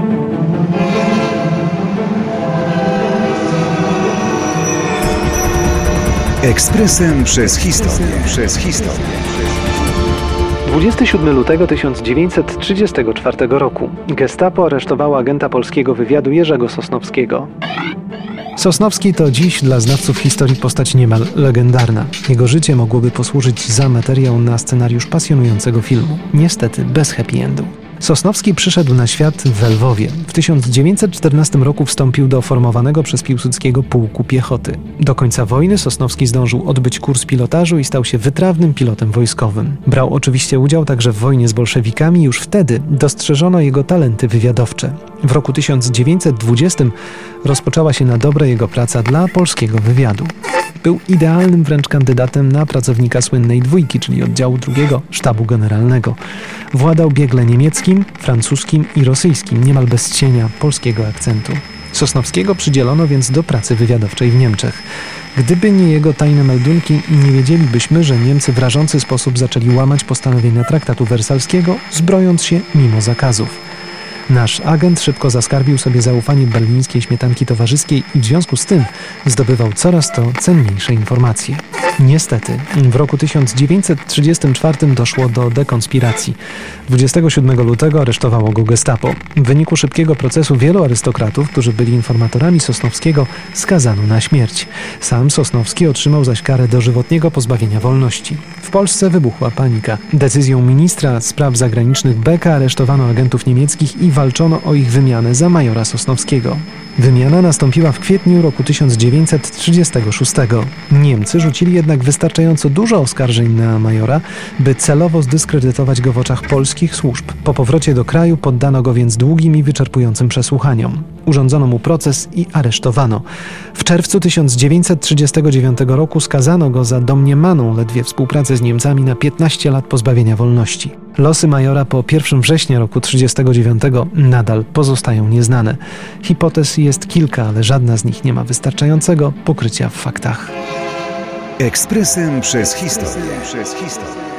Ekspresem przez historię. 27 lutego 1934 roku Gestapo aresztowało agenta polskiego wywiadu Jerzego Sosnowskiego. Sosnowski to dziś dla znawców historii postać niemal legendarna. Jego życie mogłoby posłużyć za materiał na scenariusz pasjonującego filmu. Niestety bez happy endu. Sosnowski przyszedł na świat w Lwowie. W 1914 roku wstąpił do formowanego przez Piłsudskiego Pułku Piechoty. Do końca wojny Sosnowski zdążył odbyć kurs pilotażu i stał się wytrawnym pilotem wojskowym. Brał oczywiście udział także w wojnie z bolszewikami. Już wtedy dostrzeżono jego talenty wywiadowcze. W roku 1920 rozpoczęła się na dobre jego praca dla polskiego wywiadu. Był idealnym wręcz kandydatem na pracownika słynnej dwójki, czyli oddziału drugiego Sztabu Generalnego. Władał biegle niemieckim, francuskim i rosyjskim, niemal bez cienia polskiego akcentu. Sosnowskiego przydzielono więc do pracy wywiadowczej w Niemczech. Gdyby nie jego tajne meldunki, nie wiedzielibyśmy, że Niemcy w rażący sposób zaczęli łamać postanowienia traktatu wersalskiego, zbrojąc się mimo zakazów. Nasz agent szybko zaskarbił sobie zaufanie berlińskiej śmietanki towarzyskiej i w związku z tym zdobywał coraz to cenniejsze informacje. Niestety, w roku 1934 doszło do dekonspiracji. 27 lutego aresztowało go Gestapo. W wyniku szybkiego procesu wielu arystokratów, którzy byli informatorami Sosnowskiego, skazano na śmierć. Sam Sosnowski otrzymał zaś karę dożywotniego pozbawienia wolności. W Polsce wybuchła panika. Decyzją ministra spraw zagranicznych Becka aresztowano agentów niemieckich i walczono o ich wymianę za majora Sosnowskiego. Wymiana nastąpiła w kwietniu roku 1936. Niemcy rzucili jednak wystarczająco dużo oskarżeń na majora, by celowo zdyskredytować go w oczach polskich służb. Po powrocie do kraju poddano go więc długim i wyczerpującym przesłuchaniom. Urządzono mu proces i aresztowano. W czerwcu 1939 roku skazano go za domniemaną ledwie współpracę z Niemcami na 15 lat pozbawienia wolności. Losy majora po 1 września roku 1939 nadal pozostają nieznane. Hipotez jest kilka, ale żadna z nich nie ma wystarczającego pokrycia w faktach. Ekspresem przez historię.